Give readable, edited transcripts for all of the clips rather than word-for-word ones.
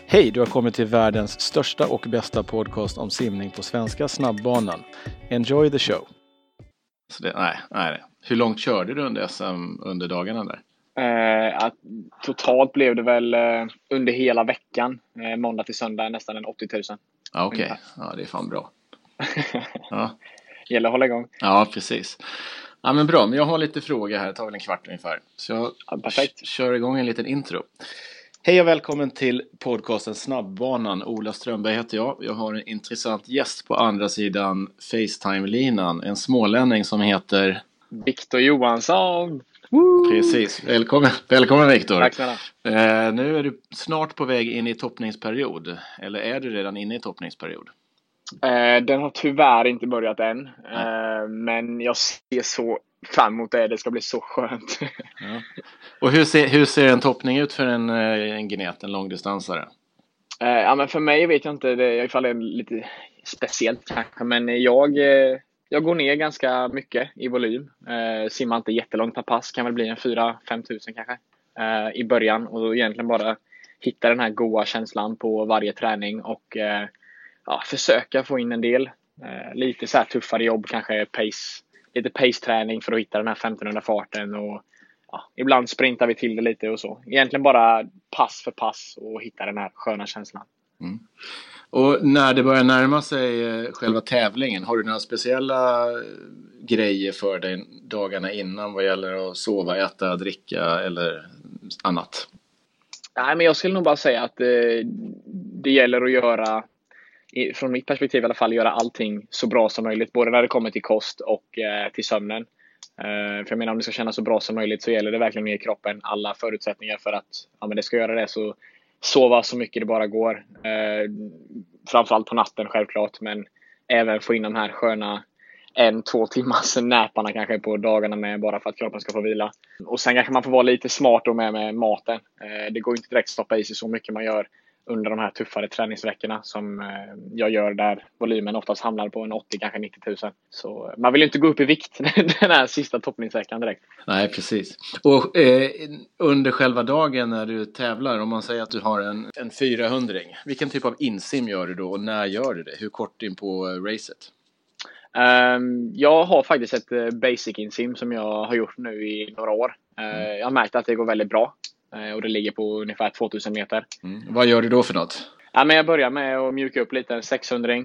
Hej, du har kommit till världens största och bästa podcast om simning på svenska snabbbanan. Enjoy the show. Så nej. Hur långt körde du under SM under dagarna där? Totalt blev det väl under hela veckan, måndag till söndag, nästan en 80 000. Ja, okej. Ja, det är fan bra. Ja. Gäller att hålla igång. Ja, precis. Ja, men bra. Men jag har lite frågor här. Det tar väl en kvart ungefär. Så jag kör igång en liten intro. Hej och välkommen till podcasten Snabbbanan. Ola Strömberg heter jag. Jag har en intressant gäst på andra sidan FaceTime-linan. En smålänning som heter... Viktor Johansson. Woo! Precis. Välkommen Viktor. Tack snälla. Nu är du snart på väg in i toppningsperiod. Eller är du redan inne i toppningsperiod? Den har tyvärr inte börjat än. Men jag ser så fram emot det. Det ska bli så skönt. Ja. Och hur ser en toppning ut för en gnet, en långdistansare? Ja, men för mig vet jag inte. Ifall det är lite speciellt kanske. Men jag går ner ganska mycket i volym. Simmar inte jättelångt per pass. Kan väl bli en 4-5 tusen kanske. I början. Och då egentligen bara hitta den här goda känslan på varje träning. Och försöka få in en del. Lite så här tuffare jobb. Kanske lite pace-träning för att hitta den här 1500 farten. Och ibland sprintar vi till det lite och så. Egentligen bara pass för pass och hitta den här sköna känslan. Mm. Och när det börjar närma sig själva tävlingen, har du några speciella grejer för dig dagarna innan vad gäller att sova, äta, dricka eller annat? Nej, men jag skulle nog bara säga att det gäller att göra, från mitt perspektiv i alla fall, göra allting så bra som möjligt. Både när det kommer till kost och till sömnen. För jag menar, om det ska kännas så bra som möjligt så gäller det verkligen att ge kroppen alla förutsättningar för att men det ska göra det. Så sova så mycket det bara går. Framförallt på natten självklart. Men även få in de här sköna 1-2 timmars näparna kanske på dagarna med, bara för att kroppen ska få vila. Och sen kanske man får vara lite smart då med maten. Det går inte direkt stoppa i sig så mycket man gör under de här tuffare träningsveckorna som jag gör, där volymen oftast hamnar på en 80, kanske 90 000. Så man vill ju inte gå upp i vikt den här sista toppningsveckan direkt. Nej, precis. Och under själva dagen när du tävlar, om man säger att du har en 400, vilken typ av insim gör du då och när gör du det? Hur kort in på racet? Jag har faktiskt ett basic insim som jag har gjort nu i några år. Jag har märkt att det går väldigt bra. Och det ligger på ungefär 2000 meter. Vad gör du då för något? Ja, men jag börjar med att mjuka upp lite, 600.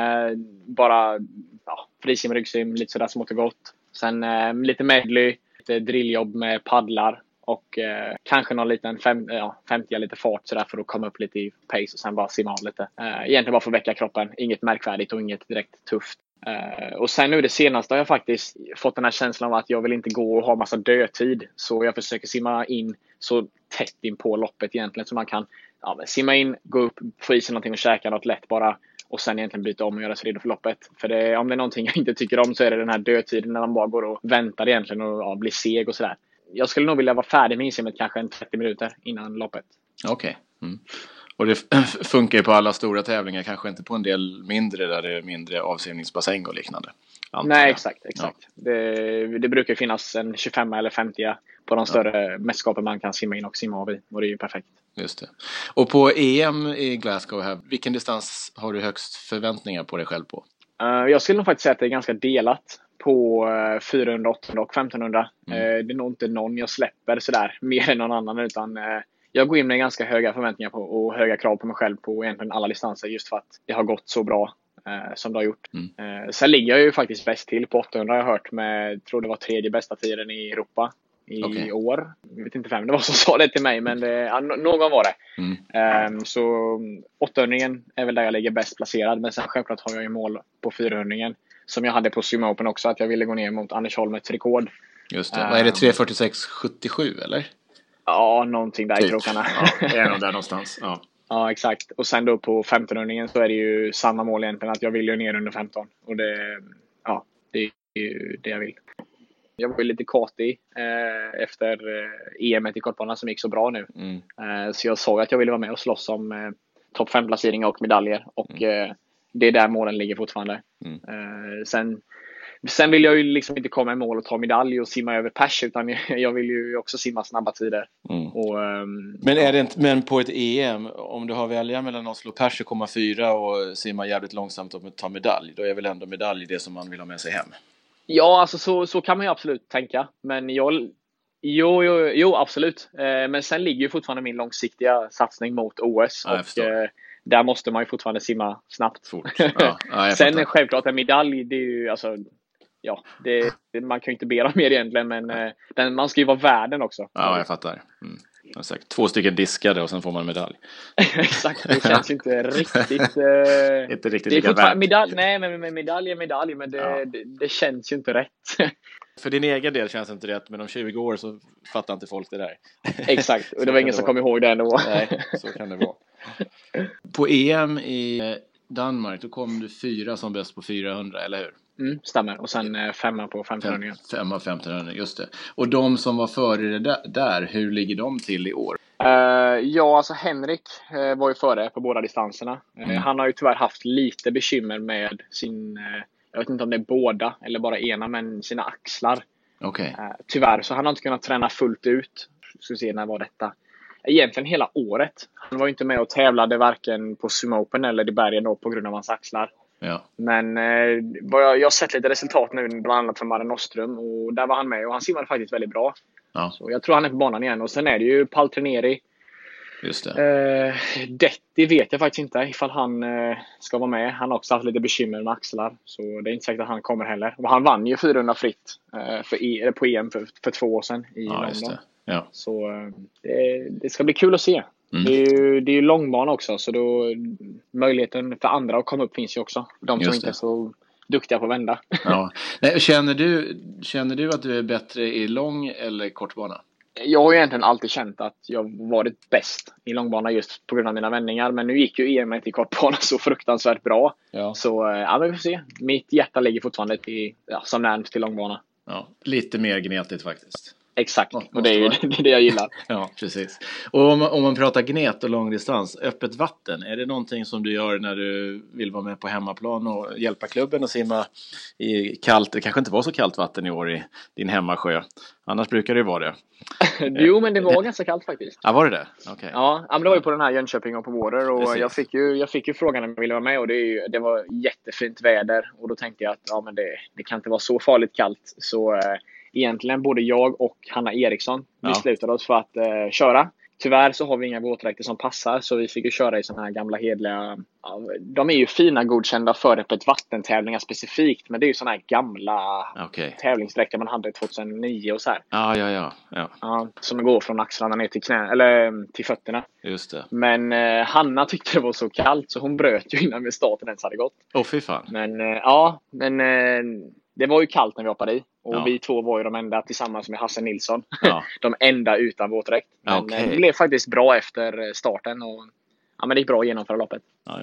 Bara frisim, ryggsim, lite sådär smått och gott. Sen lite medley, lite drilljobb med paddlar. Och kanske någon liten 50 lite fart sådär för att komma upp lite i pace. Och sen bara simma av lite. Egentligen bara för att väcka kroppen. Inget märkvärdigt och inget direkt tufft. Och sen nu det senaste har jag faktiskt fått den här känslan av att jag vill inte gå och ha massa dödtid. Så jag försöker simma in så tätt in på loppet egentligen. Så man kan simma in, gå upp, få i sig någonting och käka något lätt bara. Och sen egentligen byta om och göra sig redo för loppet. För om det är någonting jag inte tycker om så är det den här dödtiden när man bara går och väntar egentligen och blir seg och sådär. Jag skulle nog vilja vara färdig med insimmet kanske en 30 minuter innan loppet. Okej. Och det funkar ju på alla stora tävlingar, kanske inte på en del mindre där det är mindre avsimningsbassäng och liknande. Nej, exakt. Ja. Det brukar finnas en 25 eller 50 på de större mästerskapen man kan simma in och simma av i. Och det är ju perfekt. Just det. Och på EM i Glasgow här, vilken distans har du högst förväntningar på dig själv på? Jag skulle nog faktiskt säga att det är ganska delat på 400, 800 och 1500. Det är nog inte någon jag släpper sådär mer än någon annan, utan jag går in med ganska höga förväntningar på och höga krav på mig själv på egentligen alla distanser, just för att det har gått så bra som det har gjort. Sen ligger jag ju faktiskt bäst till på 800, jag har hört med, tror det var 3:e bästa tiden i Europa i år. Jag vet inte vem det var som sa det till mig, men någon var det. Så 800 är väl där jag ligger bäst placerad, men sen självklart har jag ju mål på 400 som jag hade på Swim Open också, att jag ville gå ner mot Anders Holmets rekord. Just det. Vad är det, 3:46,77 eller? Ja, någonting där i krokarna. Ja, det är nog där någonstans. Ja, exakt. Och sen då på 1500 så är det ju samma mål egentligen, att jag vill ju ner under 15. Och det är ju det jag vill. Jag var ju lite katig efter EM:et i kortbana som gick så bra nu. Så jag såg att jag ville vara med och slåss om topp 5-placeringar och medaljer. Och det är där målen ligger fortfarande. Sen Sen vill jag ju liksom inte komma i mål och ta medalj och simma över pers, utan jag vill ju också simma snabba tider. Och, men är det inte, men på ett EM, om du har välja mellan att slå pers 1,4 och simma jävligt långsamt och ta medalj, då är väl ändå medalj det som man vill ha med sig hem? Ja, alltså så kan man ju absolut tänka. Men jo, absolut. Men sen ligger ju fortfarande min långsiktiga satsning mot OS. Ja, och där måste man ju fortfarande simma snabbt. Fort. Ja, sen självklart en medalj, det är ju alltså, ja, man kan ju inte bera mer egentligen, men man ska ju vara värden också. Ja, jag fattar. Exakt. 2 stycken diskade och sen får man medalj. Exakt, det känns ju inte riktigt inte riktigt det är lika värt. Nej, men medalj är medalj, men det känns ju inte rätt. För din egen del känns inte rätt, men om 20 år så fattar inte folk det där. Exakt, och det var ingen som kom ihåg det ändå. Nej, så kan det vara. På EM i Danmark då kom du 4 som bäst på 400, eller hur? Stämmer. Och sen 5 på 1500. 5 på 1500, just det. Och de som var före det där, hur ligger de till i år? Ja, alltså Henrik var ju före på båda distanserna. Han har ju tyvärr haft lite bekymmer med sin, jag vet inte om det är båda eller bara ena, men sina axlar. Okay. Tyvärr, så han har inte kunnat träna fullt ut. Ska se, när var detta? Egentligen hela året. Han var ju inte med och tävlade varken på Sumo Open eller i bergen då, på grund av hans axlar. Ja. Men jag har sett lite resultat nu, bland annat från Mare Nostrum, och där var han med och han simmade faktiskt väldigt bra. Ja. Så jag tror han är på banan igen. Och sen är det ju Paltrinieri. Just det. Detti vet jag faktiskt inte ifall han ska vara med. Han har också haft lite bekymmer med axlar, så det är inte säkert att han kommer heller. Och han vann ju 400 fritt på EM för 2 år sedan i London. Just det. Ja. Så det ska bli kul att se. Det är ju långbana också, så då möjligheten för andra att komma upp finns ju också. De som inte är så duktiga på att vända. Ja. Nej, känner du att du är bättre i lång eller kortbana? Jag har ju egentligen alltid känt att jag varit bäst i långbana just på grund av mina vändningar. Men nu gick ju EM i kortbana så fruktansvärt bra. Ja. Så men vi får se. Mitt hjärta ligger fortfarande som närmast till långbana. Ja, lite mer gnetigt faktiskt. Exakt, och det är ju det jag gillar. Ja, precis. Och om man pratar gnet och långdistans, öppet vatten, är det någonting som du gör när du vill vara med på hemmaplan och hjälpa klubben att simma i kallt, det kanske inte var så kallt vatten i år i din hemmasjö, annars brukar det ju vara det. Jo, men det var ganska kallt faktiskt. Ja, var det det? Okay. Ja, men det var ju på den här Jönköping och på Water, och jag fick ju frågan om jag ville vara med, och det var jättefint väder, och då tänkte jag att men det kan inte vara så farligt kallt, så egentligen både jag och Hanna Eriksson beslutade oss för att köra. Tyvärr så har vi inga våtdräkter som passar, så vi fick ju köra i såna här gamla hedliga. De är ju fina, godkända för öppet vattentävlingar specifikt, men det är ju såna här gamla tävlingsdräkter man hade 2009 och så här. Ja, som går från axlarna ner till knä eller till fötterna. Just det. Men Hanna tyckte det var så kallt så hon bröt ju innan med starten ens hade gått. Fy fan. Men det var ju kallt när vi hoppade i. Och vi två var ju de enda tillsammans med Hasse Nilsson. De enda utan våtdräkt. Men det blev faktiskt bra efter starten. Och men det gick bra att genomföra loppet.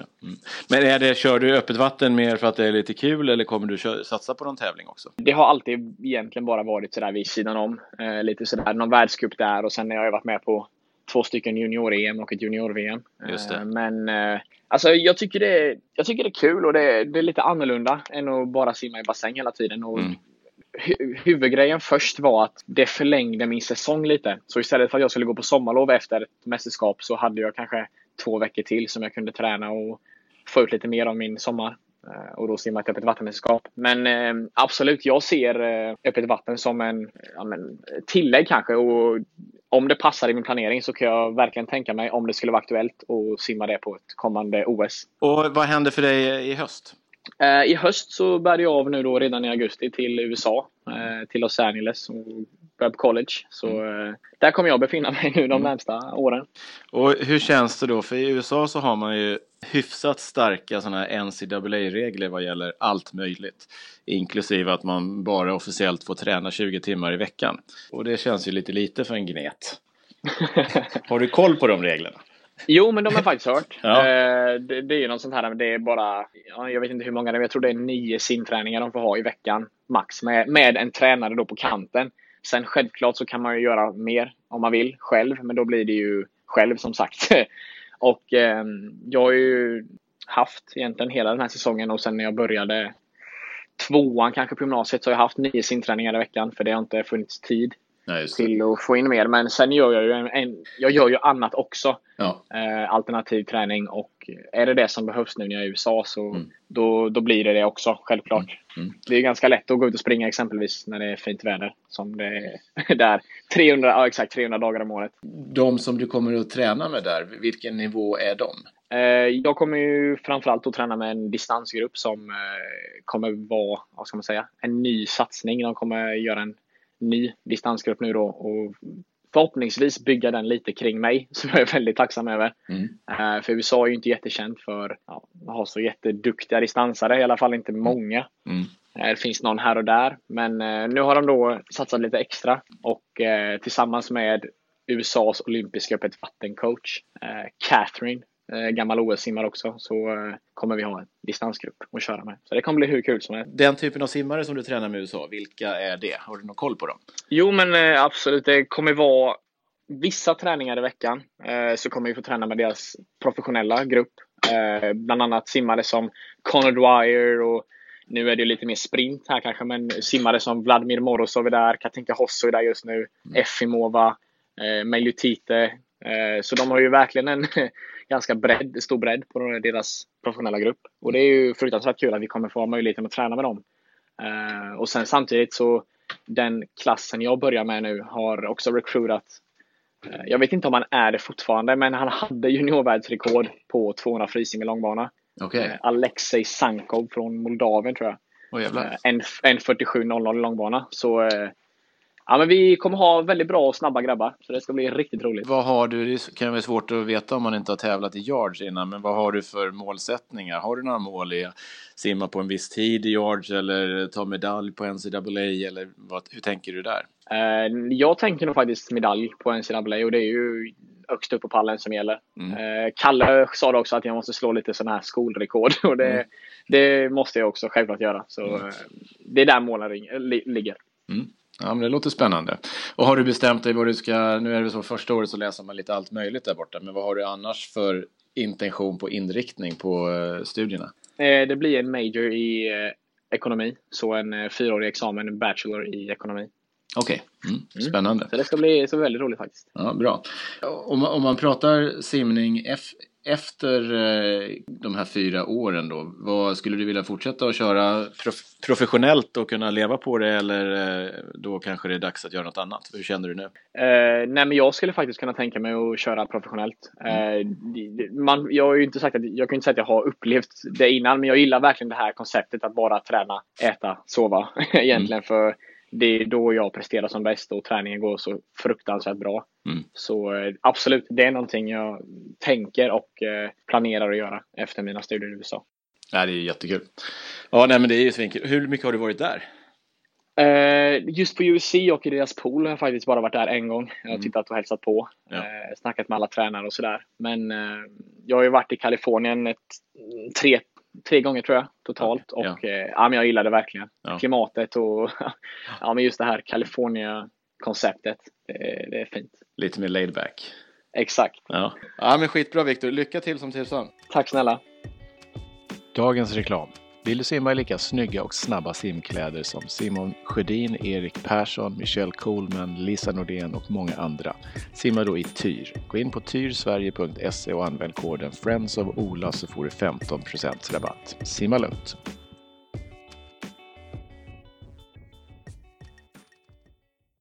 Men kör du öppet vatten mer för att det är lite kul, eller kommer du satsa på någon tävling också? Det har alltid egentligen bara varit sådär vid sidan om. Lite sådär, någon världscup där. Och sen har jag varit med på 2 stycken junior-EM och ett junior-VM. Just det. Men alltså, jag tycker det är kul, och det är lite annorlunda än att bara simma i bassäng hela tiden. Och huvudgrejen först var att det förlängde min säsong lite. Så istället för att jag skulle gå på sommarlov efter ett mästerskap, så hade jag kanske 2 veckor till som jag kunde träna och få ut lite mer av min sommar. Och då simma ett öppet vattenmästerskap. Men absolut, jag ser öppet vatten som en tillägg kanske. Och om det passar i min planering så kan jag verkligen tänka mig, om det skulle vara aktuellt, att simma det på ett kommande OS. Och vad händer för dig i höst? I höst så började jag av nu då redan i augusti till USA, till Los Angeles och Webb College. Så där kommer jag befinna mig nu de närmsta åren. Och hur känns det då? För i USA så har man ju hyfsat starka sådana här NCAA-regler vad gäller allt möjligt. Inklusive att man bara officiellt får träna 20 timmar i veckan. Och det känns ju lite för en gnet. Har du koll på de reglerna? Jo, men de har faktiskt hört. Det är ju något sånt här, men det är bara, jag vet inte hur många det är, jag tror det är 9 simträningar de får ha i veckan max med en tränare då på kanten. Sen självklart så kan man ju göra mer om man vill själv, men då blir det ju själv som sagt. Och jag har ju haft egentligen hela den här säsongen, och sen när jag började 2:an kanske på gymnasiet så har jag haft 9 simträningar i veckan, för det har inte funnits tid till att få in mer. Men sen gör jag gör ju annat också. Ja. Alternativ träning, och är det som behövs nu när jag är i USA så då blir det också, självklart. Det är ganska lätt att gå ut och springa exempelvis när det är fint väder, som det är där 300 dagar om året. De som du kommer att träna med där, vilken nivå är de? Jag kommer ju framförallt att träna med en distansgrupp som kommer vara, vad ska man säga, en ny satsning. De kommer göra en ny distansgrupp nu då, och förhoppningsvis bygga den lite kring mig, som jag är väldigt tacksam över. För USA är ju inte jättekänt för att ha så jätteduktiga distansare, i alla fall inte många. Det finns någon här och där, men nu har de då satsat lite extra, och tillsammans med USAs olympiska vattencoach Catherine, gammal OS-simmare också, så kommer vi ha en distansgrupp att köra med. Så det kommer bli hur kul som helst. Den typen av simmare som du tränar med i USA, vilka är det? Har du någon koll på dem? Jo, men absolut. Det kommer vara vissa träningar i veckan. Så kommer vi få träna med deras professionella grupp. Bland annat simmare som Conor Dwyer, och nu är det lite mer sprint här kanske, men simmare som Vladimir Morozov är där, Katinka Hosso är där just nu, Efimova, Mejlutite. Så de har ju verkligen en ganska stor bredd på deras professionella grupp. Och det är ju fruktansvärt kul att vi kommer få ha möjligheten att träna med dem. Och sen samtidigt så, den klassen jag börjar med nu har också recruitat. Jag vet inte om han är det fortfarande, men han hade juniorvärldsrekord på 200 frisim i långbana. Alexej Sankov från Moldavien, tror jag. En 47.00 i långbana. Så ja, men vi kommer ha väldigt bra och snabba grabbar, så det ska bli riktigt roligt. Vad har du, det kan vara svårt att veta om man inte har tävlat i yards innan, men vad har du för målsättningar? Har du några mål i att simma på en viss tid i yards, eller ta medalj på NCAA, eller hur tänker du där? Jag tänker nog faktiskt medalj på NCAA, och det är ju högst upp på pallen som gäller. Kalle sa också att jag måste slå lite sådana här skolrekord, och det måste jag också självklart göra. Så det är där målen ligger. Ja, men det låter spännande. Och har du bestämt dig vad du ska, nu är det så första året så läser man lite allt möjligt där borta, men vad har du annars för intention på inriktning på studierna? Det blir en major i ekonomi, så en 4-årig examen, en bachelor i ekonomi. Okej, spännande. Så det ska bli så väldigt roligt faktiskt. Ja, bra. Om man pratar simning efter de här 4 åren då, vad skulle du vilja fortsätta att köra professionellt och kunna leva på det, eller då kanske det är dags att göra något annat? Hur känner du nu? Nej, men jag skulle faktiskt kunna tänka mig att köra professionellt. Jag har ju inte sagt jag kan inte säga att jag har upplevt det innan, men jag gillar verkligen det här konceptet att bara träna, äta, sova egentligen, för det är då jag presterar som bäst och träningen går så fruktansvärt bra. Så absolut, det är någonting jag tänker och planerar att göra efter mina studier i USA. Ja, det är jättekul. Ja, nej, men det är ju svinkul. Hur mycket har du varit där? Just på USC och i deras pool har jag faktiskt bara varit där en gång. Jag har tittat och hälsat på. Snackat med alla tränare och sådär. Men jag har ju varit i Kalifornien 3 gånger tror jag totalt. Och men jag gillar det verkligen. Klimatet och men just det här California-konceptet. Det är fint. Lite mer laid back. Exakt. Ja, men skitbra Viktor. Lycka till som tillsammans. Tack snälla. Dagens reklam. Vill du simma i lika snygga och snabba simkläder som Simon Sjödin, Erik Persson, Michelle Coleman, Lisa Nordén och många andra? Simma då i Tyr. Gå in på tyrsverige.se och använd koden Friends of Ola, så får du 15% rabatt. Simma lugnt!